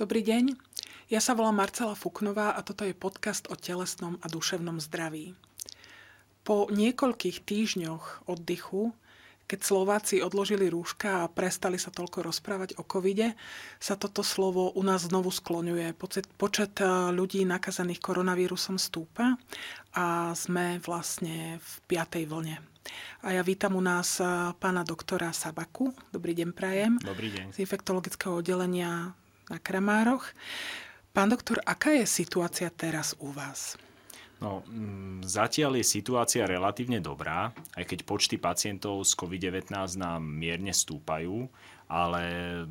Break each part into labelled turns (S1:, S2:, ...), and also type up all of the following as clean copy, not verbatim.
S1: Dobrý deň, ja sa volám Marcela Fuknová a toto je podcast o telesnom a duševnom zdraví. Po niekoľkých týždňoch oddychu, keď Slováci odložili rúška a prestali sa toľko rozprávať o covide, sa toto slovo u nás znovu skloňuje. Počet ľudí nakazených koronavírusom stúpa a sme vlastne v 5. vlne. A ja vítam u nás pána doktora Sabaku. Dobrý deň, prajem.
S2: Dobrý deň.
S1: Z infektologického oddelenia na Kramároch. Pán doktor, aká je situácia teraz u vás?
S2: No, zatiaľ je situácia relatívne dobrá, aj keď počty pacientov z COVID-19 nám mierne stúpajú, ale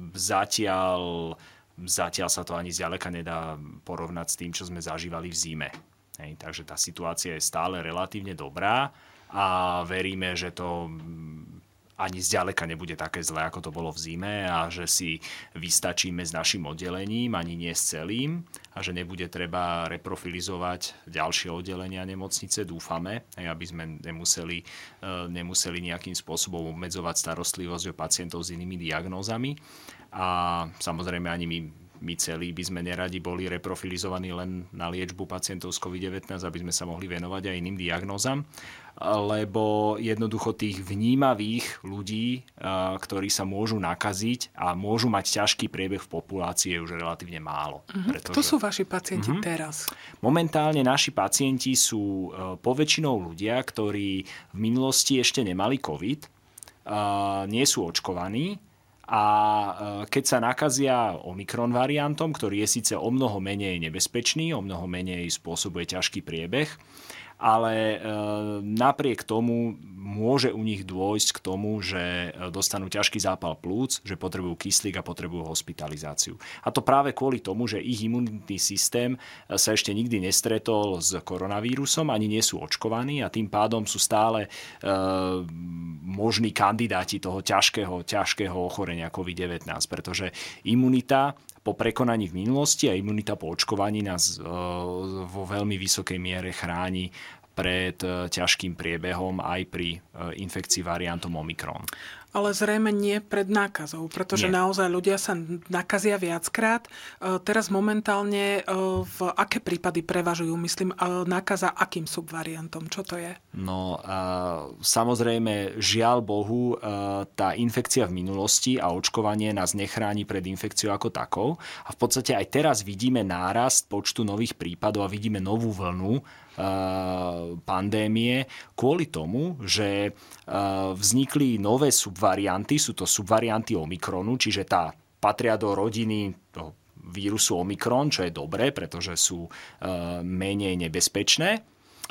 S2: zatiaľ sa to ani zďaleka nedá porovnať s tým, čo sme zažívali v zime. Takže tá situácia je stále relatívne dobrá a veríme, že to ani zďaleka nebude také zlé, ako to bolo v zime a že si vystačíme s našim oddelením, ani nie s celým a že nebude treba reprofilizovať ďalšie oddelenia nemocnice, dúfame, aby sme nemuseli nejakým spôsobom obmedzovať starostlivosť o pacientov s inými diagnózami. A samozrejme ani my celí by sme neradi boli reprofilizovaní len na liečbu pacientov s COVID-19, aby sme sa mohli venovať aj iným diagnózam, lebo jednoducho tých vnímavých ľudí, ktorí sa môžu nakaziť a môžu mať ťažký priebeh v populácii, je už relatívne málo.
S1: Kto sú vaši pacienti teraz? Momentálne
S2: naši pacienti sú poväčšinou ľudia, ktorí v minulosti ešte nemali COVID, nie sú očkovaní, a keď sa nakazia Omikron variantom, ktorý je síce o mnoho menej nebezpečný, o mnoho menej spôsobuje ťažký priebeh, ale napriek tomu môže u nich dôjsť k tomu, že dostanú ťažký zápal plúc, že potrebujú kyslík a potrebujú hospitalizáciu. A to práve kvôli tomu, že ich imunitný systém sa ešte nikdy nestretol s koronavírusom, ani nie sú očkovaní a tým pádom sú stále možní kandidáti toho ťažkého ochorenia COVID-19, pretože imunita po prekonaní v minulosti a imunita po očkovaní nás vo veľmi vysokej miere chráni pred ťažkým priebehom aj pri infekcii variantom Omikron.
S1: Ale zrejme nie pred nákazou, pretože naozaj ľudia sa nakazia viackrát. Teraz momentálne v aké prípady prevažujú, myslím, nákaza akým subvariantom? Čo to je?
S2: No, samozrejme, žiaľ Bohu, tá infekcia v minulosti a očkovanie nás nechráni pred infekciou ako takou. A v podstate aj teraz vidíme nárast počtu nových prípadov a vidíme novú vlnu pandémie kvôli tomu, že vznikli nové subvarianty, sú to subvarianty Omikronu, čiže patria do rodiny toho vírusu Omikron, čo je dobré, pretože sú menej nebezpečné.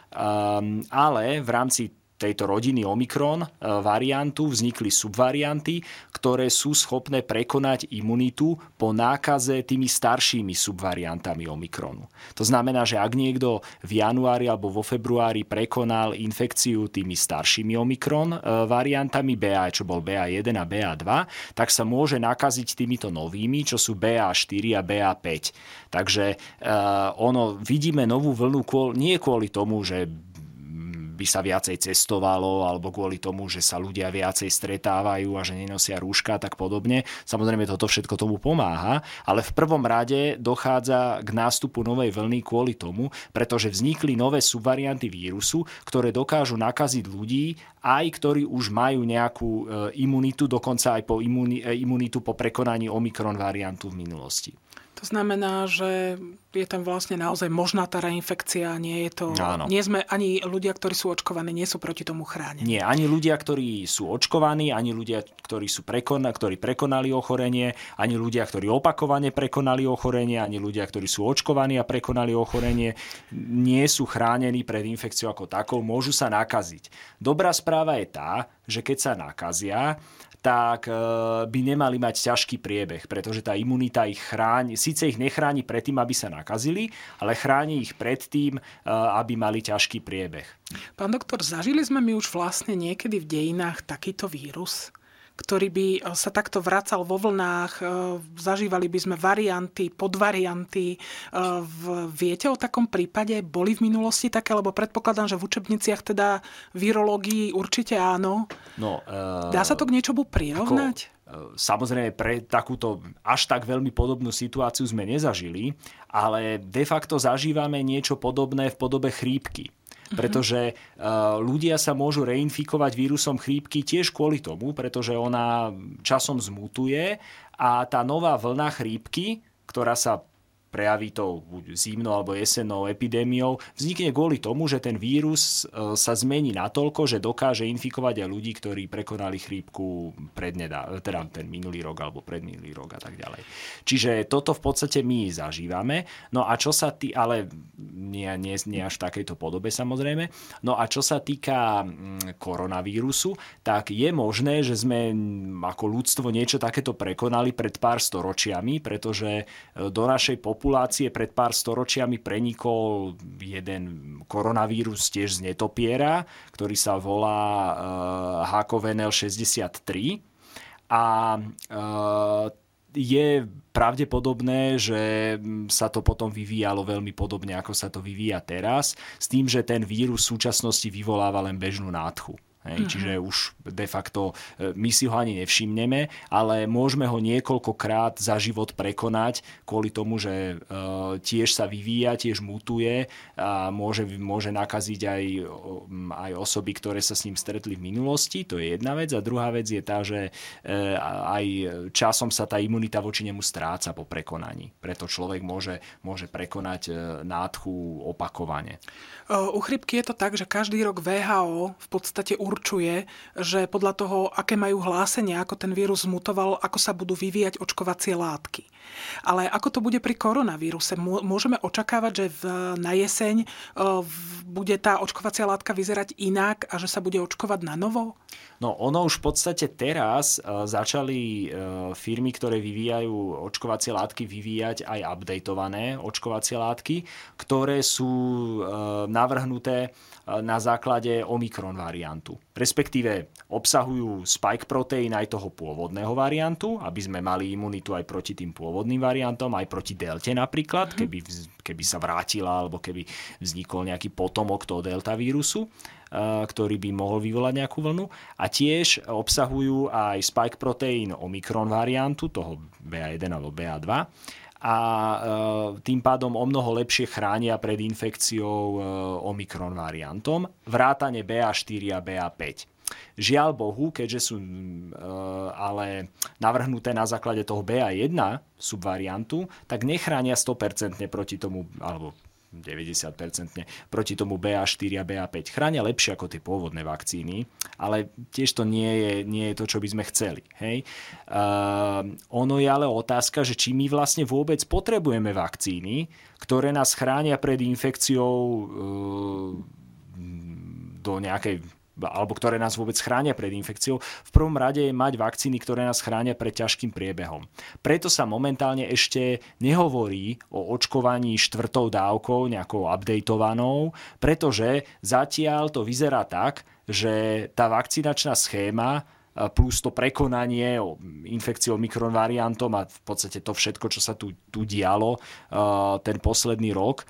S2: Ale v rámci tejto rodiny Omikron variantu vznikli subvarianty, ktoré sú schopné prekonať imunitu po nákaze tými staršími subvariantami Omikronu. To znamená, že ak niekto v januári alebo vo februári prekonal infekciu tými staršími Omikron variantami BA, čo bol BA1 a BA2, tak sa môže nakaziť týmito novými, čo sú BA4 a BA5. Takže vidíme novú vlnu nie kvôli tomu, že by sa viacej cestovalo alebo kvôli tomu, že sa ľudia viacej stretávajú a že nenosia rúška a tak podobne. Samozrejme toto všetko tomu pomáha, ale v prvom rade dochádza k nástupu novej vlny kvôli tomu, pretože vznikli nové subvarianty vírusu, ktoré dokážu nakaziť ľudí, aj ktorí už majú nejakú imunitu, dokonca aj po imunitu po prekonaní Omikron variantu v minulosti.
S1: To znamená, že je tam vlastne naozaj možná tá reinfekcia, nie sme ani ľudia, ktorí sú očkovaní, nie sú proti tomu chránení.
S2: Nie, ani ľudia, ktorí sú očkovaní, ani ľudia, ktorí prekonali ochorenie, ani ľudia, ktorí opakovane prekonali ochorenie, ani ľudia, ktorí sú očkovaní a prekonali ochorenie, nie sú chránení pred infekciou ako takou, môžu sa nakaziť. Dobrá správa je tá, že keď sa nakazia, tak by nemali mať ťažký priebeh, pretože tá imunita ich chráni, síce ich nechráni pred tým, aby sa nakazili, ale chráni ich pred tým, aby mali ťažký priebeh.
S1: Pán doktor, zažili sme my už vlastne niekedy v dejinách takýto vírus? ktorý by sa takto vracal vo vlnách, zažívali by sme varianty, podvarianty. Viete o takom prípade? Boli v minulosti také? Lebo predpokladám, že v učebniciach teda virológii určite áno.
S2: No,
S1: dá sa to k niečomu prirovnať?
S2: Samozrejme, pre takúto až tak veľmi podobnú situáciu sme nezažili, ale de facto zažívame niečo podobné v podobe chrípky. Pretože ľudia sa môžu reinfikovať vírusom chrípky tiež kvôli tomu, pretože ona časom zmutuje a tá nová vlna chrípky, ktorá sa prejaví tou buď zimnou alebo jesennou epidémiou, vznikne kvôli tomu, že ten vírus sa zmení natoľko, že dokáže infikovať aj ľudí, ktorí prekonali chrípku teda ten minulý rok alebo predminulý rok a tak ďalej. Čiže toto v podstate my zažívame. No a čo sa ale nie až v takejto podobe samozrejme. No a čo sa týka koronavírusu, tak je možné, že sme ako ľudstvo niečo takéto prekonali pred pár storočiami, pretože do našej populácie pred pár storočiami prenikol jeden koronavírus tiež z netopiera, ktorý sa volá HKVNL 63 a je pravdepodobné, že sa to potom vyvíjalo veľmi podobne, ako sa to vyvíja teraz, s tým, že ten vírus v súčasnosti vyvoláva len bežnú nádchu. Čiže už de facto my si ho ani nevšimneme, ale môžeme ho niekoľkokrát za život prekonať kvôli tomu, že tiež sa vyvíja, tiež mutuje a môže nakaziť aj osoby, ktoré sa s ním stretli v minulosti. To je jedna vec. A druhá vec je tá, že aj časom sa tá imunita voči nemu stráca po prekonaní. Preto človek môže prekonať nádchu opakovane.
S1: U chrypky je to tak, že každý rok VHO v podstate určuje, že podľa toho, aké majú hlásenia, ako ten vírus zmutoval, ako sa budú vyvíjať očkovacie látky. Ale ako to bude pri koronavíruse? Môžeme očakávať, že na jeseň bude tá očkovacia látka vyzerať inak a že sa bude očkovať na novo?
S2: No ono už v podstate teraz začali firmy, ktoré vyvíjajú očkovacie látky, vyvíjať aj updateované očkovacie látky, ktoré sú navrhnuté na základe Omikron variantu. Respektíve obsahujú spike proteín aj toho pôvodného variantu, aby sme mali imunitu aj proti tým pôvodným variantom, aj proti delte napríklad, keby sa vrátila alebo keby vznikol nejaký potomok toho delta vírusu, ktorý by mohol vyvolať nejakú vlnu. A tiež obsahujú aj spike proteín Omikron variantu, toho BA1 alebo BA2. A tým pádom o mnoho lepšie chránia pred infekciou Omikron variantom, vrátane BA4 a BA5. Žiaľ Bohu, keďže sú ale navrhnuté na základe toho BA1 subvariantu, tak nechránia 100% proti tomu, alebo 90% proti tomu BA4 a BA5. Chránia lepšie ako tie pôvodné vakcíny, ale tiež to nie je to, čo by sme chceli. Hej? Ono je ale otázka, že či my vlastne vôbec potrebujeme vakcíny, ktoré nás chránia pred infekciou do nejakej alebo ktoré nás vôbec chránia pred infekciou. V prvom rade je mať vakcíny, ktoré nás chránia pred ťažkým priebehom. Preto sa momentálne ešte nehovorí o očkovaní 4. dávkou, nejakou updateovanou, pretože zatiaľ to vyzerá tak, že tá vakcinačná schéma plus to prekonanie infekciou Omikron variantom a v podstate to všetko, čo sa tu dialo ten posledný rok,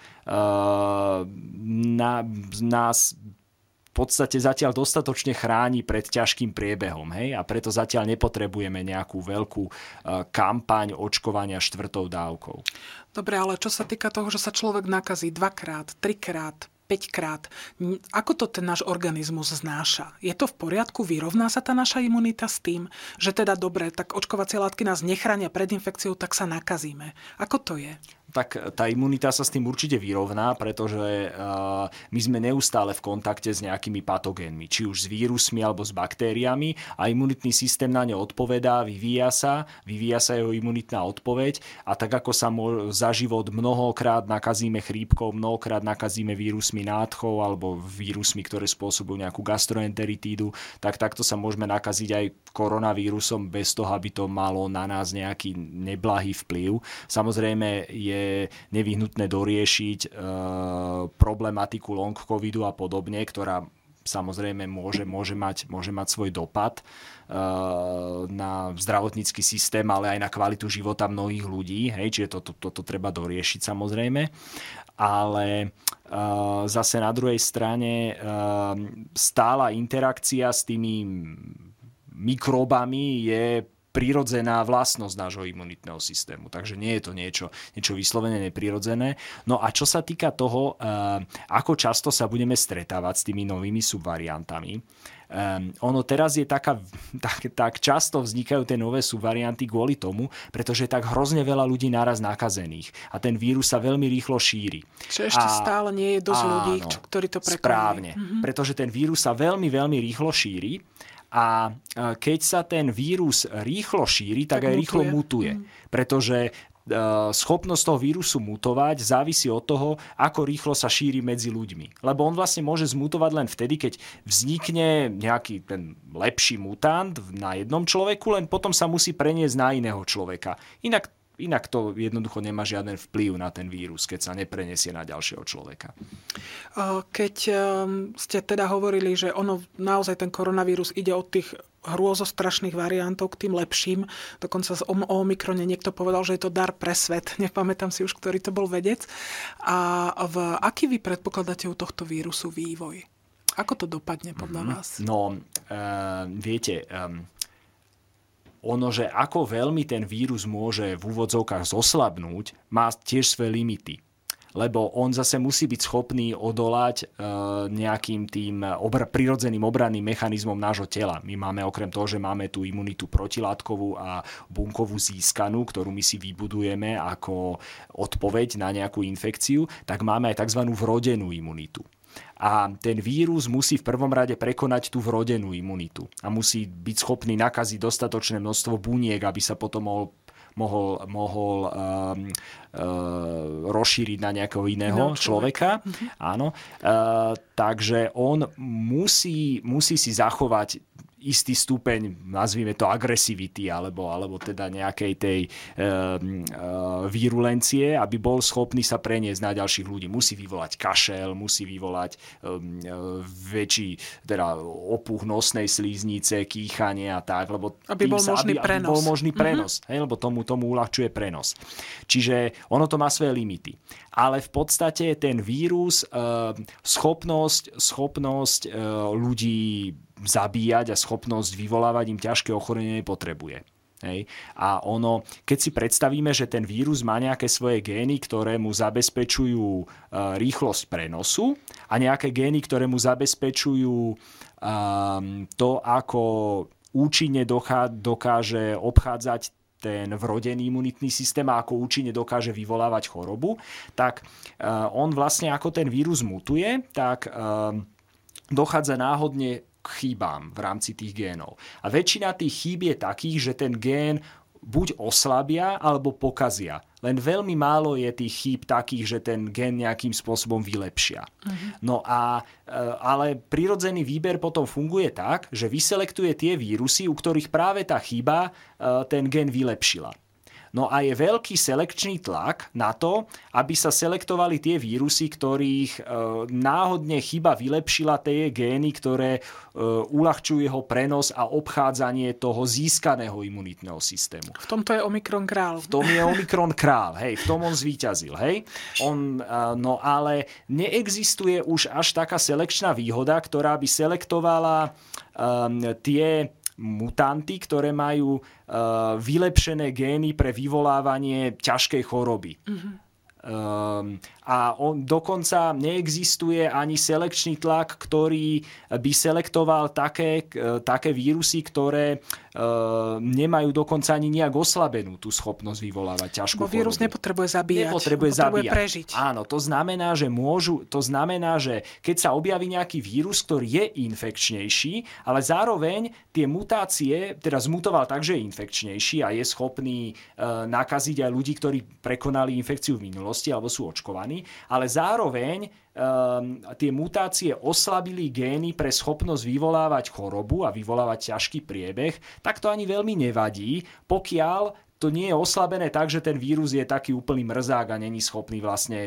S2: nás v podstate zatiaľ dostatočne chráni pred ťažkým priebehom. Hej? A preto zatiaľ nepotrebujeme nejakú veľkú kampaň očkovania 4. dávkou.
S1: Dobre, ale čo sa týka toho, že sa človek nakazí 2-krát, 3-krát, 5-krát, ako to ten náš organizmus znáša? Je to v poriadku? Vyrovná sa tá naša imunita s tým, že teda dobre, tak očkovacie látky nás nechránia pred infekciou, tak sa nakazíme. Ako to je?
S2: Tak tá imunita sa s tým určite vyrovná, pretože my sme neustále v kontakte s nejakými patogénmi, či už s vírusmi alebo s baktériami a imunitný systém na ne odpovedá, vyvíja sa jeho imunitná odpoveď a tak ako sa za život mnohokrát nakazíme chrípkou, mnohokrát nakazíme vírusmi nádchou alebo vírusmi, ktoré spôsobujú nejakú gastroenteritídu, tak takto sa môžeme nakaziť aj koronavírusom bez toho, aby to malo na nás nejaký neblahý vplyv. Samozrejme je nevyhnutné doriešiť problematiku long covidu a podobne, ktorá samozrejme môže mať svoj dopad na zdravotnícky systém, ale aj na kvalitu života mnohých ľudí. Hej, čiže toto treba doriešiť samozrejme. Ale zase na druhej strane stála interakcia s tými mikróbami je prirodzená vlastnosť nášho imunitného systému. Takže nie je to niečo vyslovene neprirodzené. No a čo sa týka toho, ako často sa budeme stretávať s tými novými subvariantami, ono teraz je tak často vznikajú tie nové subvarianty kvôli tomu, pretože je tak hrozne veľa ľudí naraz nakazených a ten vírus sa veľmi rýchlo šíri.
S1: Čiže ešte stále nie je dosť ľudí, ktorí to prekonajú. Správne,
S2: pretože ten vírus sa veľmi, veľmi rýchlo šíri. A keď sa ten vírus rýchlo šíri, tak aj rýchlo mutuje. Pretože schopnosť toho vírusu mutovať závisí od toho, ako rýchlo sa šíri medzi ľuďmi. Lebo on vlastne môže zmutovať len vtedy, keď vznikne nejaký ten lepší mutant na jednom človeku, len potom sa musí preniesť na iného človeka. Inak to jednoducho nemá žiaden vplyv na ten vírus, keď sa nepreniesie na ďalšieho človeka.
S1: Keď ste teda hovorili, že naozaj ten koronavírus ide od tých hrôzostrašných variantov k tým lepším, dokonca o Omikrone niekto povedal, že je to dar pre svet. Nepamätám si už, ktorý to bol vedec. A aký vy predpokladáte u tohto vírusu vývoj? Ako to dopadne podľa vás?
S2: No, viete... Ono, že ako veľmi ten vírus môže v úvodzovkách zoslabnúť, má tiež svoje limity. Lebo on zase musí byť schopný odolať nejakým tým prirodzeným obranným mechanizmom nášho tela. My máme okrem toho, že máme tú imunitu protilátkovú a bunkovú získanú, ktorú my si vybudujeme ako odpoveď na nejakú infekciu, tak máme aj tzv. Vrodenú imunitu. A ten vírus musí v prvom rade prekonať tú vrodenú imunitu a musí byť schopný nakaziť dostatočné množstvo buniek, aby sa potom mohol rozšíriť na nejakého iného človeka. Áno. Takže on musí si zachovať istý stupeň, nazvime to agresivity, alebo teda nejakej tej virulencie, aby bol schopný sa preniesť na ďalších ľudí. Musí vyvolať kašel, musí vyvolať väčší teda opuch nosnej slíznice, kýchanie a tak, lebo
S1: aby bol možný prenos.
S2: Hej, lebo tomu uľahčuje prenos. Čiže ono to má svoje limity. Ale v podstate ten vírus schopnosť ľudí zabíjať a schopnosť vyvolávať im ťažké ochorenie potrebuje. Hej. A keď si predstavíme, že ten vírus má nejaké svoje gény, ktoré mu zabezpečujú rýchlosť prenosu a nejaké gény, ktoré mu zabezpečujú to, ako účinne dokáže obchádzať ten vrodený imunitný systém a ako účinne dokáže vyvolávať chorobu, tak on vlastne ako ten vírus mutuje, tak dochádza náhodne k chýbám v rámci tých génov. A väčšina tých chýb je takých, že ten gén buď oslabia, alebo pokazia. Len veľmi málo je tých chýb takých, že ten gén nejakým spôsobom vylepšia. No ale prirodzený výber potom funguje tak, že vyselektuje tie vírusy, u ktorých práve tá chyba ten gén vylepšila. No a je veľký selekčný tlak na to, aby sa selektovali tie vírusy, ktorých náhodne chyba vylepšila tie gény, ktoré uľahčujú jeho prenos a obchádzanie toho získaného imunitného systému.
S1: V tomto je Omikron král.
S2: V tom je Omikron král, hej, v tom on zvíťazil, hej. No ale neexistuje už až taká selekčná výhoda, ktorá by selektovala tie mutanty, ktoré majú vylepšené gény pre vyvolávanie ťažkej choroby. A dokonca neexistuje ani selekčný tlak, ktorý by selektoval také vírusy, ktoré nemajú dokonca ani nejak oslabenú tú schopnosť vyvolávať ťažkú chorobu.
S1: Vírus nepotrebuje zabíjať.
S2: Nepotrebuje
S1: prežiť.
S2: Áno, to znamená, že keď sa objaví nejaký vírus, ktorý je infekčnejší, ale zároveň tie mutácie, teda zmutoval tak, že je infekčnejší a je schopný nakaziť aj ľudí, ktorí prekonali infekciu v minulosti alebo sú očkovaní, ale zároveň tie mutácie oslabili gény pre schopnosť vyvolávať chorobu a vyvolávať ťažký priebeh, tak to ani veľmi nevadí, pokiaľ to nie je oslabené tak, že ten vírus je taký úplný mrzák a není schopný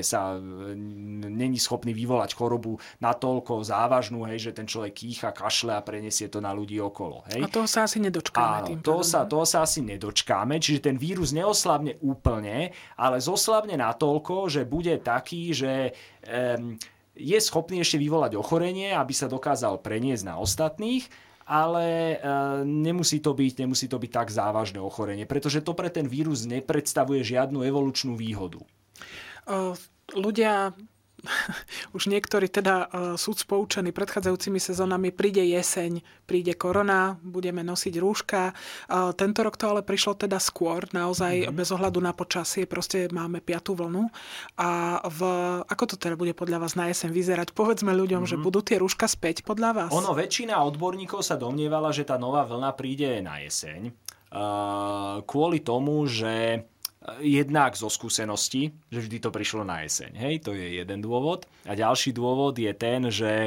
S2: vyvolať chorobu natoľko závažnú, hej, že ten človek kýcha, kašle a prenesie to na ľudí okolo. Hej.
S1: A toho sa asi nedočkáme.
S2: Toho sa asi nedočkáme, čiže ten vírus neoslabne úplne, ale zoslabne natoľko, že bude taký, že je schopný ešte vyvolať ochorenie, aby sa dokázal preniesť na ostatných, ale nemusí to byť tak závažné ochorenie, pretože to pre ten vírus nepredstavuje žiadnu evolučnú výhodu.
S1: Ľudia, už niektorí teda sú spoučení predchádzajúcimi sezónami, príde jeseň, príde korona, budeme nosiť rúška. Tento rok to ale prišlo teda skôr, naozaj bez ohľadu na počasie, proste máme 5. vlnu. A ako to teda bude podľa vás na jeseň vyzerať? Povedzme ľuďom, že budú tie rúška späť podľa vás?
S2: Väčšina odborníkov sa domnievala, že tá nová vlna príde na jeseň. Kvôli tomu, že jednak zo skúsenosti, že vždy to prišlo na jeseň. Hej, to je jeden dôvod. A ďalší dôvod je ten, že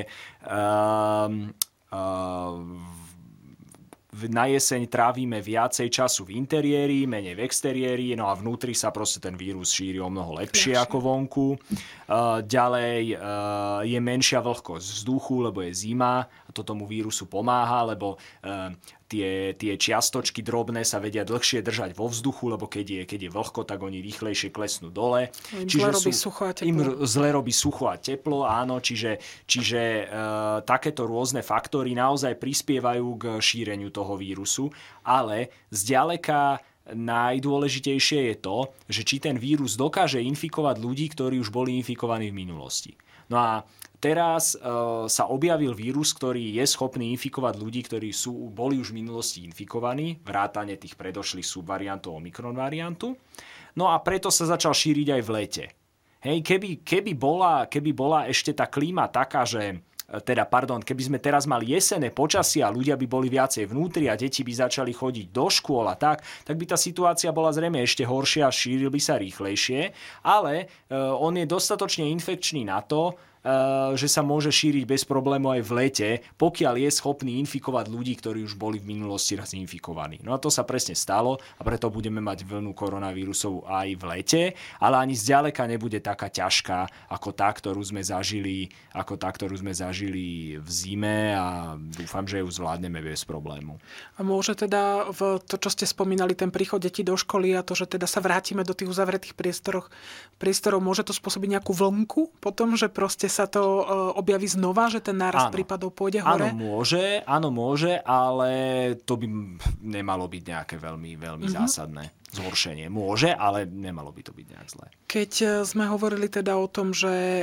S2: na jeseň trávime viacej času v interiéri, menej v exteriéri, no a vnútri sa proste ten vírus šíri o mnoho lepšie ako vonku. Ďalej je menšia vlhkosť vzduchu, lebo je zima a to tomu vírusu pomáha, lebo tie čiastočky drobné sa vedia dlhšie držať vo vzduchu, lebo keď je vlhko, tak oni rýchlejšie klesnú dole. Im zle robí sucho a teplo, áno, čiže takéto rôzne faktory naozaj prispievajú k šíreniu toho vírusu, ale zďaleka najdôležitejšie je to, že či ten vírus dokáže infikovať ľudí, ktorí už boli infikovaní v minulosti. No a teraz sa objavil vírus, ktorý je schopný infikovať ľudí, ktorí boli už v minulosti infikovaní, vrátane tých predošlých subvariantov Omikron variantu. No a preto sa začal šíriť aj v lete. Hej, keby bola ešte tá klíma taká, že keby sme teraz mali jesenné počasie a ľudia by boli viacej vnútri a deti by začali chodiť do škôl a tak by tá situácia bola zrejme ešte horšia a šíril by sa rýchlejšie, ale on je dostatočne infekčný na to, že sa môže šíriť bez problémov aj v lete, pokiaľ je schopný infikovať ľudí, ktorí už boli v minulosti raz infikovaní. No a to sa presne stalo a preto budeme mať vlnu koronavírusov aj v lete, ale ani zďaleka nebude taká ťažká ako tá, ktorú sme zažili v zime a dúfam, že ju zvládneme bez problému.
S1: A môže teda to, čo ste spomínali, ten príchod detí do školy a to, že teda sa vrátime do tých uzavretých priestorov, môže to spôsobiť nejakú vlnku potom, že proste sa to objaví znova, že ten nárast prípadov pôjde hore?
S2: Áno, môže, ale to by nemalo byť nejaké veľmi zásadné zhoršenie. Môže, ale nemalo by to byť nejak zlé.
S1: Keď sme hovorili teda o tom, že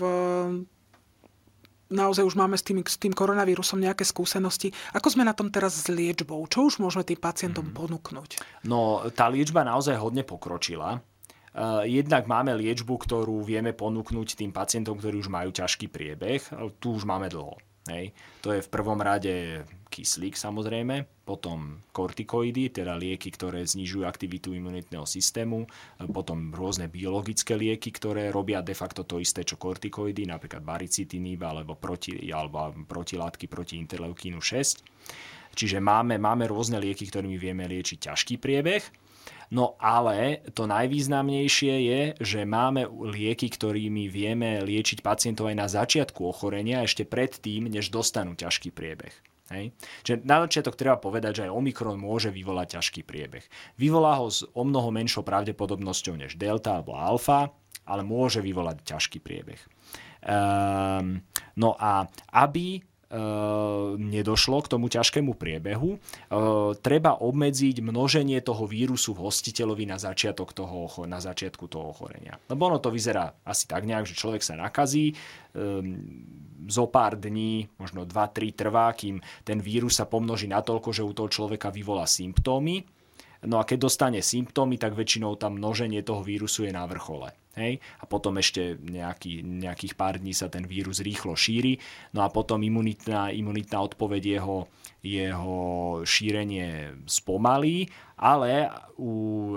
S1: naozaj už máme s tým koronavírusom nejaké skúsenosti, ako sme na tom teraz s liečbou? Čo už môžeme tým pacientom ponúknuť?
S2: No, tá liečba naozaj hodne pokročila. Jednak máme liečbu, ktorú vieme ponúknuť tým pacientom, ktorí už majú ťažký priebeh. Tu už máme dlho. Hej. To je v prvom rade kyslík samozrejme, potom kortikoidy, teda lieky, ktoré znižujú aktivitu imunitného systému, potom rôzne biologické lieky, ktoré robia de facto to isté, čo kortikoidy, napríklad baricitinib alebo protilátky proti interleukínu 6. Čiže máme rôzne lieky, ktorými vieme liečiť ťažký priebeh. No ale to najvýznamnejšie je, že máme lieky, ktorými vieme liečiť pacientov aj na začiatku ochorenia, ešte predtým, než dostanú ťažký priebeh. Hej. Čiže na začiatok treba povedať, že aj Omikron môže vyvolať ťažký priebeh. Vyvolá ho s o mnoho menšou pravdepodobnosťou než delta alebo alfa, ale môže vyvolať ťažký priebeh. No a aby nedošlo k tomu ťažkému priebehu, treba obmedziť množenie toho vírusu v hostiteľovi na začiatku toho ochorenia. Lebo ono to vyzerá asi tak nejak, že človek sa nakazí, zo pár dní, možno 2-3 trvá, kým ten vírus sa pomnoží natoľko, že u toho človeka vyvolá symptómy. No a keď dostane symptómy, tak väčšinou tam množenie toho vírusu je na vrchole. Hej? A potom ešte nejakých pár dní sa ten vírus rýchlo šíri. No a potom imunitná odpoveď jeho šírenie spomalí, ale u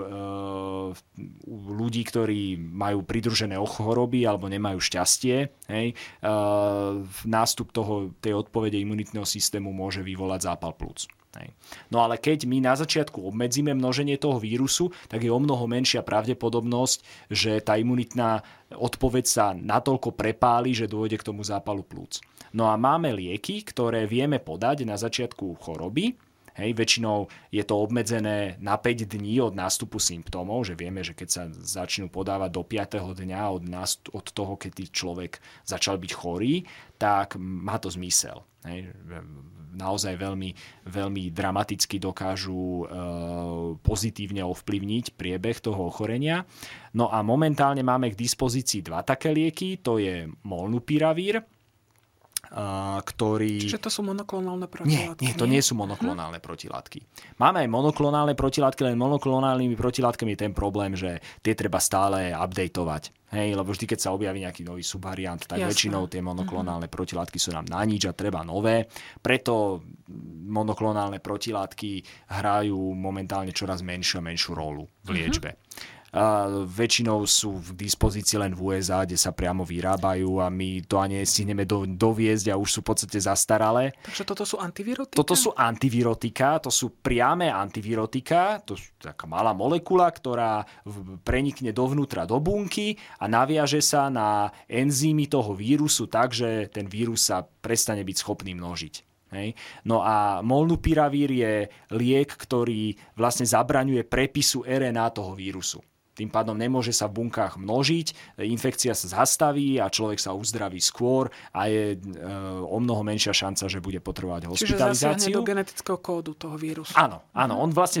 S2: ľudí, ktorí majú pridružené choroby alebo nemajú šťastie, nástup tej odpovede imunitného systému môže vyvolať zápal plúc. Hej. No ale keď my na začiatku obmedzíme množenie toho vírusu, tak je omnoho menšia pravdepodobnosť, že tá imunitná odpoveď sa natoľko prepáli, že dôjde k tomu zápalu plúc. No a máme lieky, ktoré vieme podať na začiatku choroby. Hej, väčšinou je to obmedzené na 5 dní od nástupu symptómov, že vieme, že keď sa začnú podávať do 5. dňa od toho, keď človek začal byť chorý, tak má to zmysel. Hej. Naozaj veľmi, veľmi dramaticky dokážu pozitívne ovplyvniť priebeh toho ochorenia. No a momentálne máme k dispozícii 2 také lieky, to je molnupiravír, ktorý...
S1: Čiže to sú monoklonálne protilátky?
S2: Nie, to nie sú monoklonálne protilátky. Máme aj monoklonálne protilátky, len monoklonálnymi protilátkami je ten problém, že tie treba stále updateovať. Hej, lebo vždy, keď sa objaví nejaký nový subvariant, tak väčšinou tie monoklonálne protilátky sú nám na nič a treba nové. Preto monoklonálne protilátky hrajú momentálne čoraz menšiu a menšiu rolu v liečbe. Väčšinou sú v dispozícii len v USA, kde sa priamo vyrábajú a my to ani stihneme doviezť a už sú v podstate zastaralé.
S1: Takže toto sú antivirotika?
S2: Toto sú antivirotika, to sú priame antivirotika, to je taká malá molekula, ktorá prenikne dovnútra do bunky a naviaže sa na enzymy toho vírusu tak, že ten vírus sa prestane byť schopný množiť. Hej. No a molnupiravír je liek, ktorý vlastne zabraňuje prepisu RNA toho vírusu. Tým pádom nemôže sa v bunkách množiť, infekcia sa zastaví a človek sa uzdraví skôr a je omnoho menšia šanca, že bude potrebovať hospitalizáciu.
S1: Čiže zasiahne do genetického kódu toho vírusu.
S2: Áno, on vlastne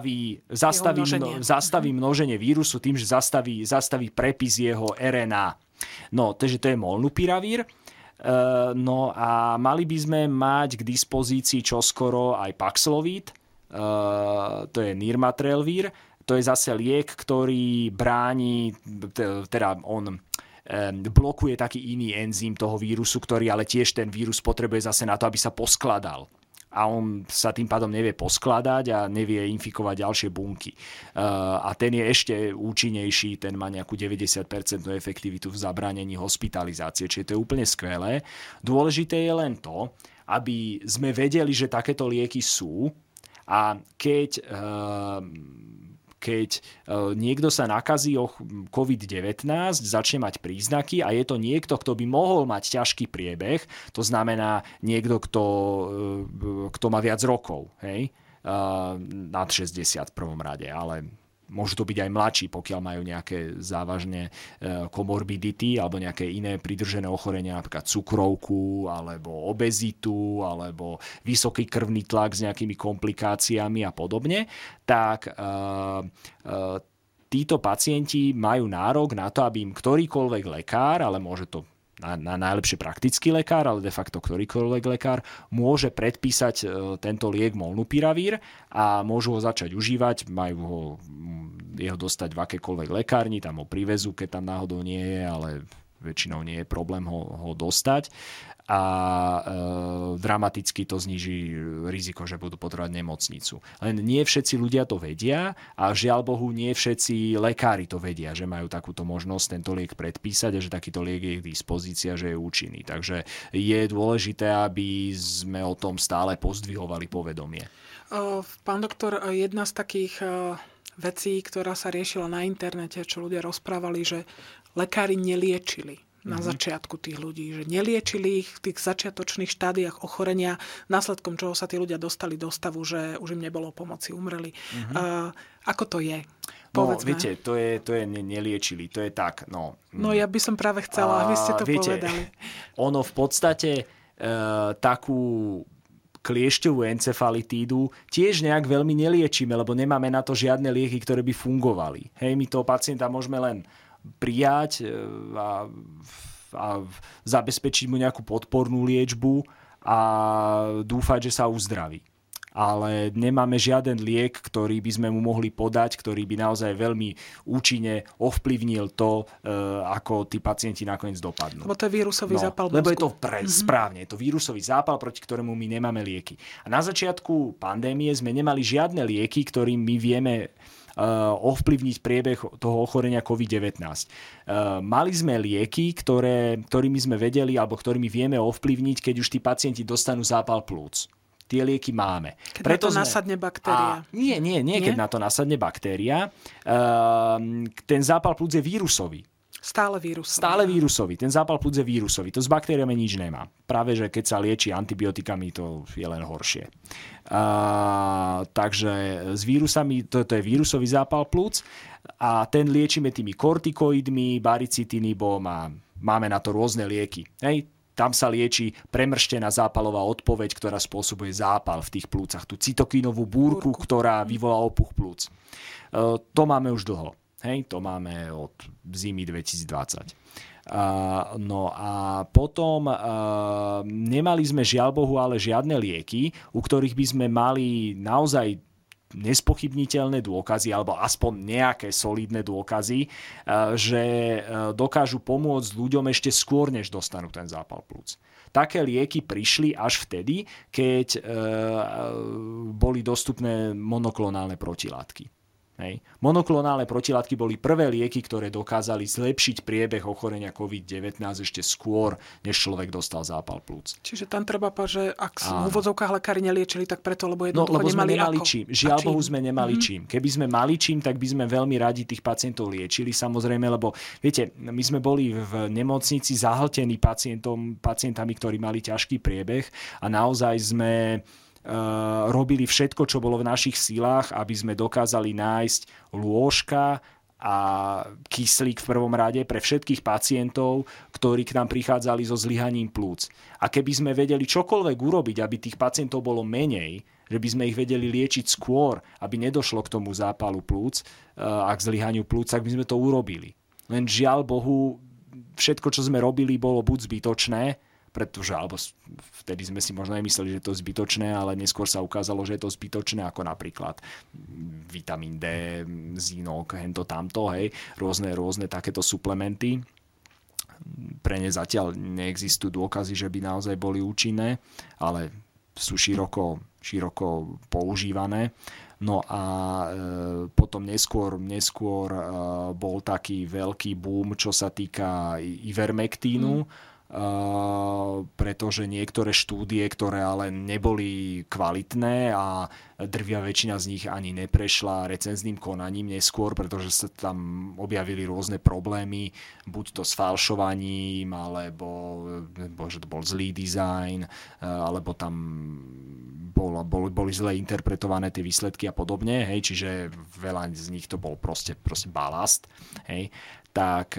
S2: zastaví množenie vírusu tým, že zastaví prepis jeho RNA. No, takže to je molnupiravír. No a mali by sme mať k dispozícii čoskoro aj Paxlovid, to je nirmatrelvír. To je zase liek, ktorý bráni, teda on blokuje taký iný enzym toho vírusu, ktorý ale tiež ten vírus potrebuje zase na to, aby sa poskladal. A on sa tým pádom nevie poskladať a nevie infikovať ďalšie bunky. A ten je ešte účinnejší, ten má nejakú 90% efektivitu v zabránení hospitalizácie, čiže to je úplne skvelé. Dôležité je len to, aby sme vedeli, že takéto lieky sú a keď niekto sa nakazí o COVID-19, začne mať príznaky a je to niekto, kto by mohol mať ťažký priebeh, to znamená niekto, kto má viac rokov, hej? Nad 60 v prvom rade, ale môžu to byť aj mladší, pokiaľ majú nejaké závažné komorbidity alebo nejaké iné pridružené ochorenia, napríklad cukrovku, alebo obezitu, alebo vysoký krvný tlak s nejakými komplikáciami a podobne, tak títo pacienti majú nárok na to, aby im ktorýkoľvek lekár, ale môže to na najlepšie praktický lekár, ale de facto ktorýkoľvek lekár môže predpísať tento liek molnupiravír a môžu ho začať užívať, majú jeho dostať v akékoľvek lekárni, tam ho privezú, keď tam náhodou nie je, ale väčšinou nie je problém ho dostať a dramaticky to zníži riziko, že budú potrebovať nemocnicu. Len nie všetci ľudia to vedia a žiaľ Bohu nie všetci lekári to vedia, že majú takúto možnosť tento liek predpísať a že takýto liek je k dispozícii a že je účinný. Takže je dôležité, aby sme o tom stále pozdvihovali povedomie.
S1: Pán doktor, jedna z takých vecí, ktorá sa riešila na internete, čo ľudia rozprávali, že lekári neliečili na začiatku tých ľudí, že neliečili ich v tých začiatočných štádiách ochorenia, následkom čoho sa tí ľudia dostali do stavu, že už im nebolo pomoci, umreli. Ako to je? Povedzme.
S2: No, viete, to je neliečili, to je tak, no.
S1: No ja by som práve chcela, aby ste to povedali.
S2: Ono v podstate takú kliešťovú encefalitídu tiež nejak veľmi neliečíme, lebo nemáme na to žiadne lieky, ktoré by fungovali. Hej, my toho pacienta môžeme len prijať a zabezpečiť mu nejakú podpornú liečbu a dúfať, že sa uzdraví. Ale nemáme žiaden liek, ktorý by sme mu mohli podať, ktorý by naozaj veľmi účinne ovplyvnil to, ako tí pacienti nakoniec dopadnú.
S1: Lebo to je vírusový zápal mozgu.
S2: Lebo je to správne, je to vírusový zápal, proti ktorému my nemáme lieky. A na začiatku pandémie sme nemali žiadne lieky, ktorým my vieme ovplyvniť priebeh toho ochorenia COVID-19. Mali sme lieky, ktorými sme vedeli alebo ktorými vieme ovplyvniť, keď už tí pacienti dostanú zápal plúc. tie lieky máme.
S1: Keď na to nasadne baktéria.
S2: Nie, keď na to nasadne baktéria. Ten zápal plúc je vírusový.
S1: Stále
S2: vírusový. Ten zápal plúc je vírusový. To s baktériami nič nemá. Práve, že keď sa lieči antibiotikami, to je len horšie. Takže s vírusami, to je vírusový zápal plúc a ten liečíme tými kortikoidmi, baricitinibom a máme na to rôzne lieky. Hej? Tam sa lieči premrštená zápalová odpoveď, ktorá spôsobuje zápal v tých plúcach. Tú cytokínovú búrku, ktorá vyvolá opuch plúc. To máme už dlho. Hej, to máme od zimy 2020. No a potom nemali sme žiaľ Bohu ale žiadne lieky, u ktorých by sme mali naozaj nespochybniteľné dôkazy alebo aspoň nejaké solidné dôkazy, že dokážu pomôcť ľuďom ešte skôr, než dostanú ten zápal plúc. Také lieky prišli až vtedy, keď boli dostupné monoklonálne protilátky. Hej. Monoklonálne protilátky boli prvé lieky, ktoré dokázali zlepšiť priebeh ochorenia COVID-19 ešte skôr, než človek dostal zápal plúc.
S1: Čiže tam treba povedať, že ak v úvodzovkách lekári neliečili, tak preto, lebo jednoducho nemali
S2: čím. Žiaľ Bohu sme nemali čím. Keby sme mali čím, tak by sme veľmi radi tých pacientov liečili, samozrejme, lebo viete, my sme boli v nemocnici zahltení pacientami, ktorí mali ťažký priebeh a naozaj sme robili všetko, čo bolo v našich silách, aby sme dokázali nájsť lôžka a kyslík v prvom rade pre všetkých pacientov, ktorí k nám prichádzali so zlyhaním plúc. A keby sme vedeli čokoľvek urobiť, aby tých pacientov bolo menej, že by sme ich vedeli liečiť skôr, aby nedošlo k tomu zápalu plúc a k zlyhaniu plúc, tak by sme to urobili. Len žiaľ Bohu, všetko, čo sme robili, bolo buď zbytočné, pretože, alebo vtedy sme si možno nemysleli, že to je zbytočné, ale neskôr sa ukázalo, že je to zbytočné, ako napríklad vitamín D, zinok, hento tamto, hej, rôzne takéto suplementy. Pre ne zatiaľ neexistujú dôkazy, že by naozaj boli účinné, ale sú široko používané. No a potom neskôr bol taký veľký boom, čo sa týka ivermektínu, pretože niektoré štúdie, ktoré ale neboli kvalitné a drvia väčšina z nich ani neprešla recenzným konaním neskôr, pretože sa tam objavili rôzne problémy, buď to s falšovaním, alebo že to bol zlý dizajn, alebo tam boli zle interpretované tie výsledky a podobne, hej, čiže veľa z nich to bol proste balast, hej. Tak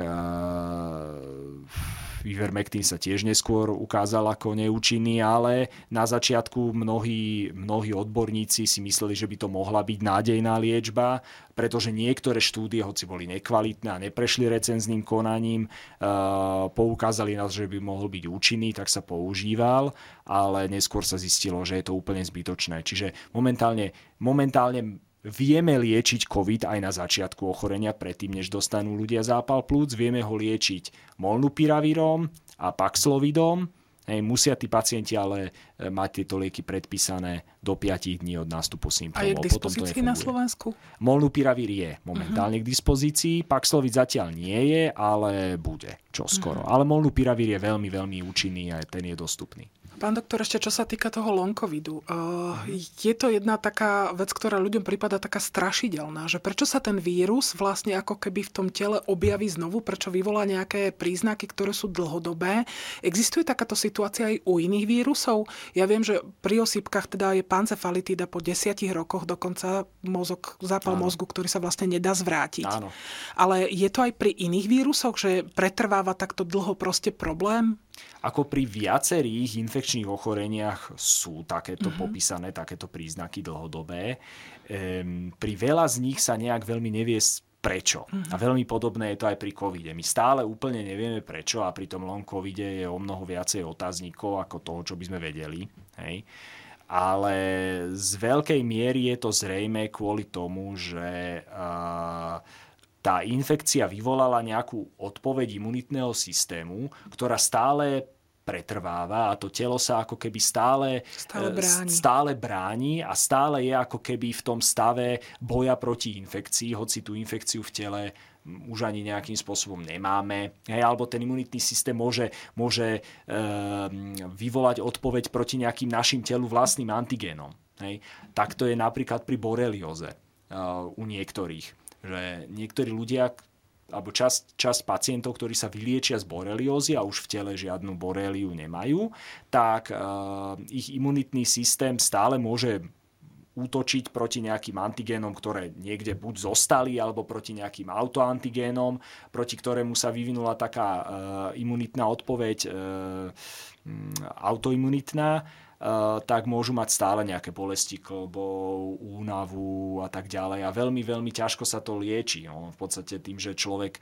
S2: ivermektín sa tiež neskôr ukázal ako neúčinný, ale na začiatku mnohí odborníci si mysleli, že by to mohla byť nádejná liečba, pretože niektoré štúdie, hoci boli nekvalitné a neprešli recenzným konaním, poukázali nás, že by mohol byť účinný, tak sa používal, ale neskôr sa zistilo, že je to úplne zbytočné. Čiže momentálne vieme liečiť COVID aj na začiatku ochorenia, predtým, než dostanú ľudia zápal plúc. Vieme ho liečiť molnupiravírom a paxlovidom. Musia tí pacienti ale mať tieto lieky predpísané do 5 dní od nástupu symptómov.
S1: A je k dispozícii na Slovensku?
S2: Molnupiravír je momentálne k dispozícii. Paxlovid zatiaľ nie je, ale bude čoskoro. Ale molnupiravír je veľmi, veľmi účinný a ten je dostupný.
S1: Pán doktor, ešte čo sa týka toho long covidu. Je to jedna taká vec, ktorá ľuďom prípada taká strašidelná, že prečo sa ten vírus vlastne ako keby v tom tele objaví znovu, prečo vyvolá nejaké príznaky, ktoré sú dlhodobé. Existuje takáto situácia aj u iných vírusov? Ja viem, že pri osýpkach teda je pancefalitída po 10 rokoch, dokonca zápal mozgu, ktorý sa vlastne nedá zvrátiť.
S2: Áno.
S1: Ale je to aj pri iných vírusoch, že pretrváva takto dlho proste problém?
S2: Ako pri viacerých infekčných ochoreniach sú takéto popísané, takéto príznaky dlhodobé. Pri veľa z nich sa nejak veľmi nevie prečo. A veľmi podobné je to aj pri covide. My stále úplne nevieme prečo a pri tom long covide je o mnoho viacej otáznikov ako toho, čo by sme vedeli. Hej. Ale z veľkej miery je to zrejme kvôli tomu, že tá infekcia vyvolala nejakú odpoveď imunitného systému, ktorá stále pretrváva a to telo sa ako keby stále bráni a stále je ako keby v tom stave boja proti infekcii, hoci tú infekciu v tele už ani nejakým spôsobom nemáme. Alebo ten imunitný systém môže vyvolať odpoveď proti nejakým našim telu vlastným antigénom. Tak to je napríklad pri borelióze u niektorých. Že niektorí ľudia alebo časť pacientov, ktorí sa vyliečia z boreliózy a už v tele žiadnu boréliu nemajú, tak ich imunitný systém stále môže útočiť proti nejakým antigénom, ktoré niekde buď zostali, alebo proti nejakým autoantigénom, proti ktorému sa vyvinula taká imunitná odpoveď autoimunitná, tak môžu mať stále nejaké bolesti kĺbov, únavu a tak ďalej. A veľmi, veľmi ťažko sa to lieči. V podstate tým, že človek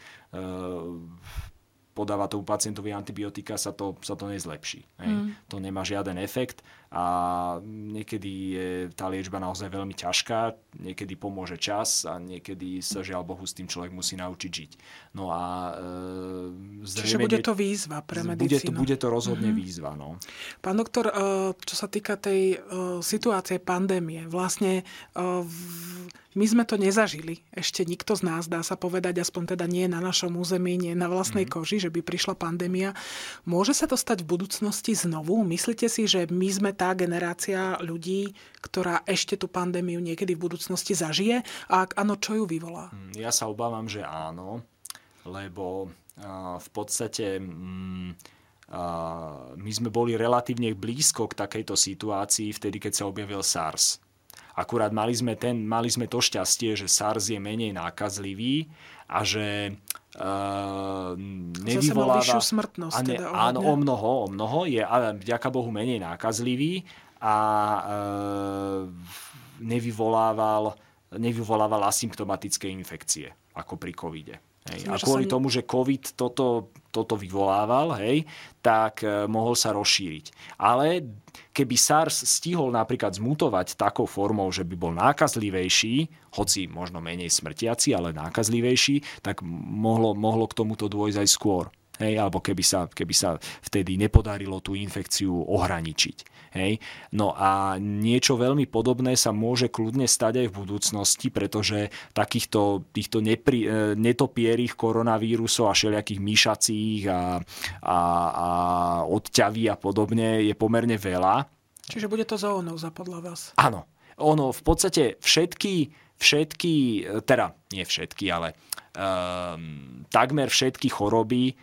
S2: podáva tomu pacientovi antibiotika, sa to nezlepší. To nemá žiaden efekt a niekedy je tá liečba naozaj veľmi ťažká, niekedy pomôže čas a niekedy sa žiaľ Bohu s tým človek musí naučiť žiť. No a
S1: čiže bude to výzva pre medicínu.
S2: Bude to rozhodne výzva. No.
S1: Pán doktor, čo sa týka tej situácie pandémie, vlastne my sme to nezažili. Ešte nikto z nás, dá sa povedať, aspoň teda nie na našom území, nie na vlastnej koži, že by prišla pandémia. Môže sa to stať v budúcnosti znovu? Myslíte si, že my sme tá generácia ľudí, ktorá ešte tú pandémiu niekedy v budúcnosti zažije? A ak áno, čo ju vyvolá?
S2: Ja sa obávam, že áno, lebo v podstate my sme boli relatívne blízko k takejto situácii vtedy, keď sa objavil SARS. Akurát mali sme to šťastie, že SARS je menej nákazlivý a že nevyvoláva...
S1: Zase mal vyššiu smrtnosť.
S2: Áno, o mnoho. Je ale vďaka Bohu menej nákazlivý a nevyvolával asymptomatické infekcie, ako pri covide. A kvôli tomu, že COVID toto vyvolával, tak mohol sa rozšíriť. Ale keby SARS stihol napríklad zmutovať takou formou, že by bol nákazlivejší, hoci možno menej smrtiaci, ale nákazlivejší, tak mohlo k tomuto dôjsť aj skôr. Alebo keby sa vtedy nepodarilo tú infekciu ohraničiť. No a niečo veľmi podobné sa môže kľudne stať aj v budúcnosti, pretože týchto netopierých koronavírusov a všelijakých myšacích a odťaví a podobne je pomerne veľa.
S1: Čiže bude to zoonóza podľa vás?
S2: Áno. Ono v podstate všetky, teda nie všetky, ale takmer všetky choroby,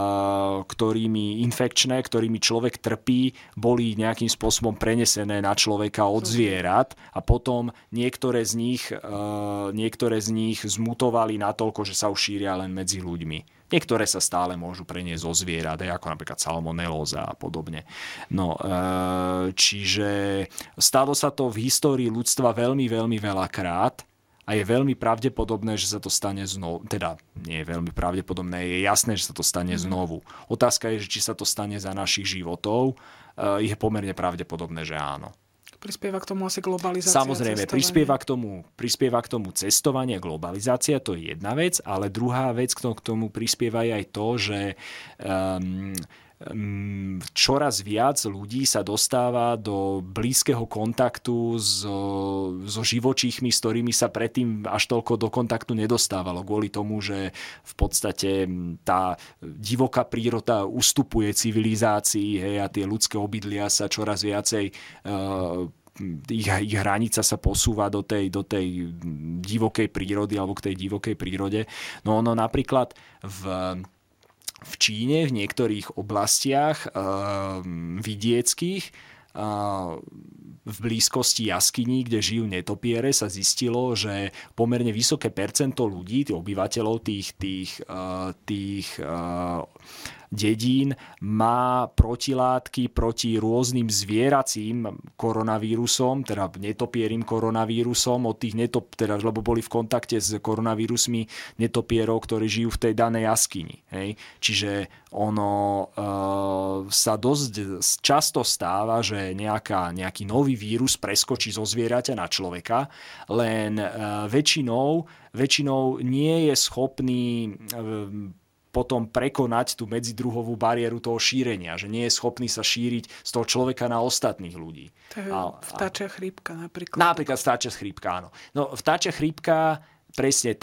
S2: ktorými človek trpí, boli nejakým spôsobom prenesené na človeka od zvierat a potom niektoré z nich zmutovali natoľko, že sa už šíria len medzi ľuďmi. Niektoré sa stále môžu preniesť zo zvierat, ako napríklad salmonelóza a podobne. No, čiže stalo sa to v histórii ľudstva veľmi, veľmi veľakrát. A je veľmi pravdepodobné, že sa to stane znovu. Teda nie je veľmi pravdepodobné, je jasné, že sa to stane znovu. Otázka je, či sa to stane za našich životov. Je pomerne pravdepodobné, že áno.
S1: Prispieva k tomu asi globalizácia.
S2: Samozrejme, prispieva k tomu cestovanie, globalizácia, to je jedna vec, ale druhá vec k tomu prispieva aj to, že čoraz viac ľudí sa dostáva do blízkeho kontaktu so živočíchmi, s ktorými sa predtým až toľko do kontaktu nedostávalo. Kvôli tomu, že v podstate tá divoká príroda ustupuje civilizácii, a tie ľudské obydlia sa čoraz viacej ich hranica sa posúva do tej divokej prírody alebo k tej divokej prírode. No ono napríklad v Číne, v niektorých oblastiach vidieckých, v blízkosti jaskyní, kde žijú netopiere, sa zistilo, že pomerne vysoké percento ľudí, obyvateľov tých dedín má protilátky proti rôznym zvieracím koronavírusom, teda netopierým koronavírusom, lebo boli v kontakte s koronavírusmi netopierov, ktorí žijú v tej danej jaskyni. Čiže ono sa dosť často stáva, že nejaký nový vírus preskočí zo zvieraťa na človeka, len väčšinou nie je schopný potom prekonať tú medzidruhovú bariéru toho šírenia, že nie je schopný sa šíriť z toho človeka na ostatných ľudí.
S1: To je vtáčia chrípka napríklad.
S2: Napríklad vtáčia chrípka, áno. No, vtáčia chrípka, presne,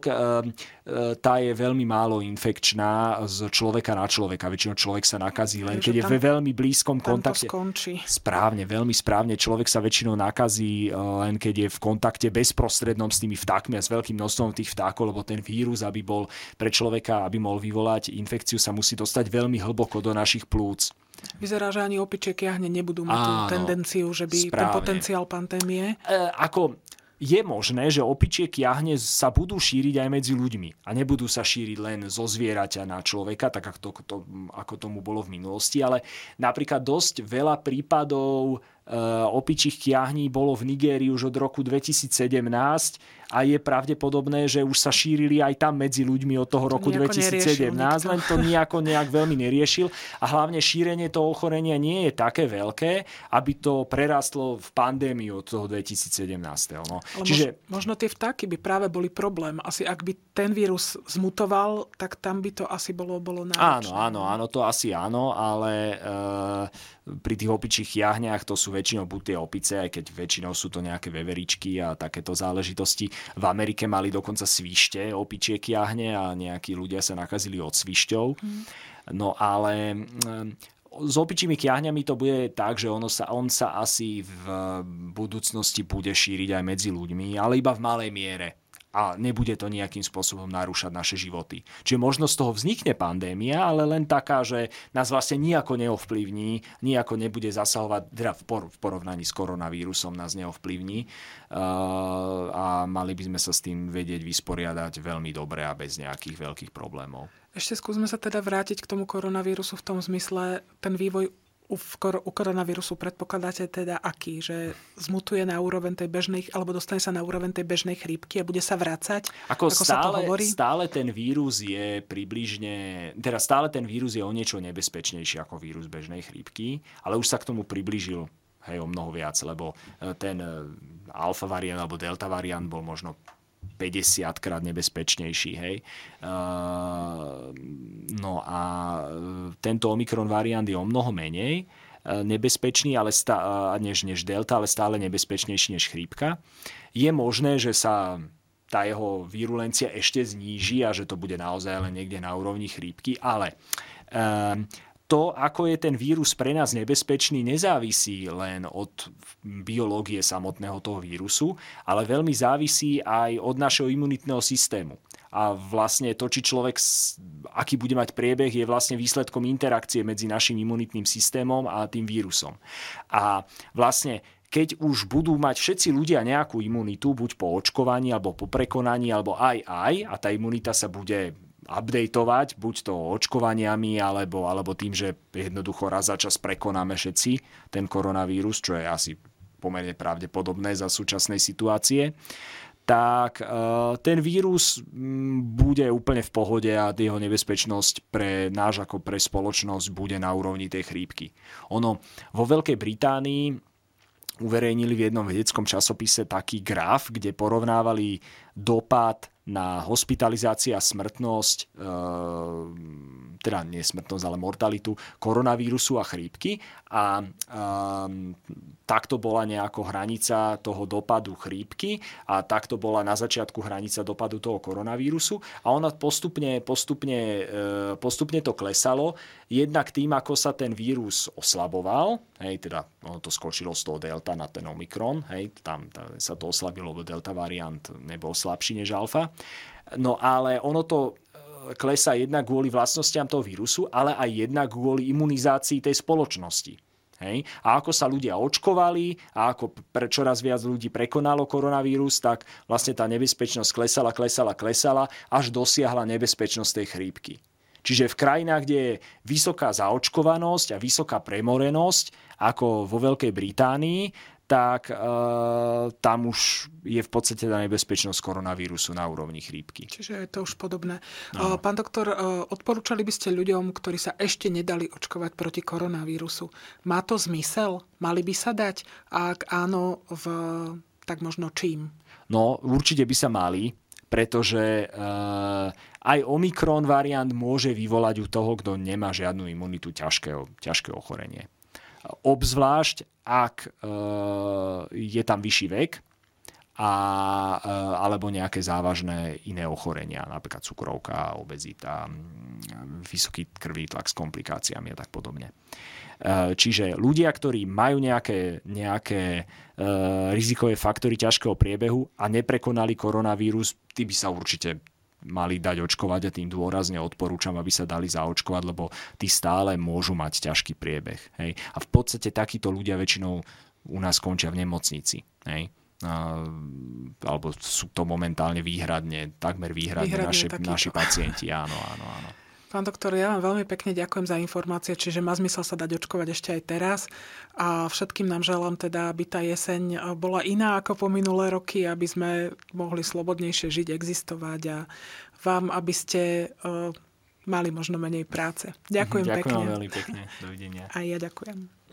S2: tá je veľmi málo infekčná z človeka na človeka. Väčšinou človek sa nakazí len, keď je ve veľmi blízkom kontakte. Správne, veľmi správne. Človek sa väčšinou nakazí len, keď je v kontakte bezprostrednom s tými vtákmi a s veľkým množstvom tých vtákov, lebo ten vírus, aby bol pre človeka, aby mohol vyvolať infekciu, sa musí dostať veľmi hlboko do našich plúc.
S1: Vyzerá, že ani opičie kiahne nebudú mať tú tendenciu, že by ten potenciál pandémie...
S2: Je možné, že opičie kiahne sa budú šíriť aj medzi ľuďmi a nebudú sa šíriť len zo zvieraťa na človeka, tak ako tomu bolo v minulosti, ale napríklad dosť veľa prípadov opičích kiahní bolo v Nigérii už od roku 2017 a je pravdepodobné, že už sa šírili aj tam medzi ľuďmi od toho roku 2017, len to nejak veľmi neriešil a hlavne šírenie toho ochorenia nie je také veľké, aby to prerastlo v pandémiu od toho 2017. No.
S1: Čiže možno tie vtáky by práve boli problém. Asi ak by ten vírus zmutoval, tak tam by to asi bolo náročné.
S2: Áno, to asi áno, ale pri tých opičích jahniach to sú väčšinou buď tie opice, aj keď väčšinou sú to nejaké veveričky a takéto záležitosti. V Amerike mali dokonca svište opičiek jahne a nejakí ľudia sa nakazili od svišťov. No ale s opičími kiahňami to bude tak, že on sa asi v budúcnosti bude šíriť aj medzi ľuďmi, ale iba v malej miere. A nebude to nejakým spôsobom narúšať naše životy. Čiže možno z toho vznikne pandémia, ale len taká, že nás vlastne nijako neovplyvní, nijako nebude zasahovať, teda v porovnaní s koronavírusom nás neovplyvní a mali by sme sa s tým vedieť vysporiadať veľmi dobre a bez nejakých veľkých problémov.
S1: Ešte skúsme sa teda vrátiť k tomu koronavírusu v tom zmysle, ten vývoj u koronavírusu predpokladáte teda aký? Že zmutuje na úroveň tej bežnej, alebo dostane sa na úroveň tej bežnej chrípky a bude sa vracať? Ako sa to hovorí?
S2: Stále ten vírus je stále ten vírus je o niečo nebezpečnejší ako vírus bežnej chrípky, ale už sa k tomu priblížil o mnoho viac, lebo ten alfa variant alebo delta variant bol možno 50-krát nebezpečnejší. Hej. No a tento Omikron variant je o mnoho menej nebezpečný než delta, ale stále nebezpečnejší než chrípka. Je možné, že sa tá jeho virulencia ešte zníži a že to bude naozaj len niekde na úrovni chrípky, ale to, ako je ten vírus pre nás nebezpečný, nezávisí len od biológie samotného toho vírusu, ale veľmi závisí aj od našeho imunitného systému. A vlastne to, či človek, aký bude mať priebeh, je vlastne výsledkom interakcie medzi našim imunitným systémom a tým vírusom. A vlastne keď už budú mať všetci ľudia nejakú imunitu, buď po očkovaní, alebo po prekonaní, alebo aj, a tá imunita sa bude updateovať, buď to očkovaniami, alebo tým, že jednoducho raz za čas prekonáme všetci ten koronavírus, čo je asi pomerne pravdepodobné za súčasnej situácie, tak ten vírus bude úplne v pohode a jeho nebezpečnosť pre náš ako pre spoločnosť bude na úrovni tej chrípky. Ono vo Veľkej Británii uverejnili v jednom vedeckom časopise taký graf, kde porovnávali dopad na hospitalizácia a smrtnosť, teda nie smrtnosť, ale mortalitu koronavírusu a chrípky. A takto bola nejako hranica toho dopadu chrípky a takto bola na začiatku hranica dopadu toho koronavírusu. A ona postupne to klesalo. Jednak tým, ako sa ten vírus oslaboval, teda ono to skočilo z toho delta na ten omikron, tam sa to oslabilo, lebo delta variant nebol slabší než alfa. No ale ono to klesá jednak kvôli vlastnostiam toho vírusu, ale aj jednak kvôli imunizácii tej spoločnosti. Hej. A ako sa ľudia očkovali a ako čoraz viac ľudí prekonalo koronavírus, tak vlastne tá nebezpečnosť klesala, až dosiahla nebezpečnosť tej chrípky. Čiže v krajinách, kde je vysoká zaočkovanosť a vysoká premorenosť, ako vo Veľkej Británii, tak tam už je v podstate tá nebezpečnosť koronavírusu na úrovni chrípky.
S1: Čiže je to už podobné. No. Pán doktor, odporúčali by ste ľuďom, ktorí sa ešte nedali očkovať proti koronavírusu, má to zmysel? Mali by sa dať? A ak áno, tak možno čím?
S2: No, určite by sa mali, pretože aj Omikron variant môže vyvolať u toho, kto nemá žiadnu imunitu, ťažké ochorenie. Obzvlášť, ak je tam vyšší vek alebo nejaké závažné iné ochorenia, napríklad cukrovka, obezita, vysoký krvný tlak s komplikáciami a tak podobne. Čiže ľudia, ktorí majú nejaké rizikové faktory ťažkého priebehu a neprekonali koronavírus, tí by sa určite mali dať očkovať a tým dôrazne odporúčam, aby sa dali zaočkovať, lebo tí stále môžu mať ťažký priebeh. Hej. A v podstate takíto ľudia väčšinou u nás končia v nemocnici. Hej. Alebo sú to momentálne takmer výhradne naši pacienti. Áno.
S1: Pán doktor, ja vám veľmi pekne ďakujem za informácie, čiže má zmysel sa dať očkovať ešte aj teraz a všetkým nám želám teda, aby tá jeseň bola iná ako po minulé roky, aby sme mohli slobodnejšie žiť, existovať a vám, aby ste mali možno menej práce. Ďakujem pekne.
S2: Ďakujem veľmi pekne. Dovidenia.
S1: A ja ďakujem.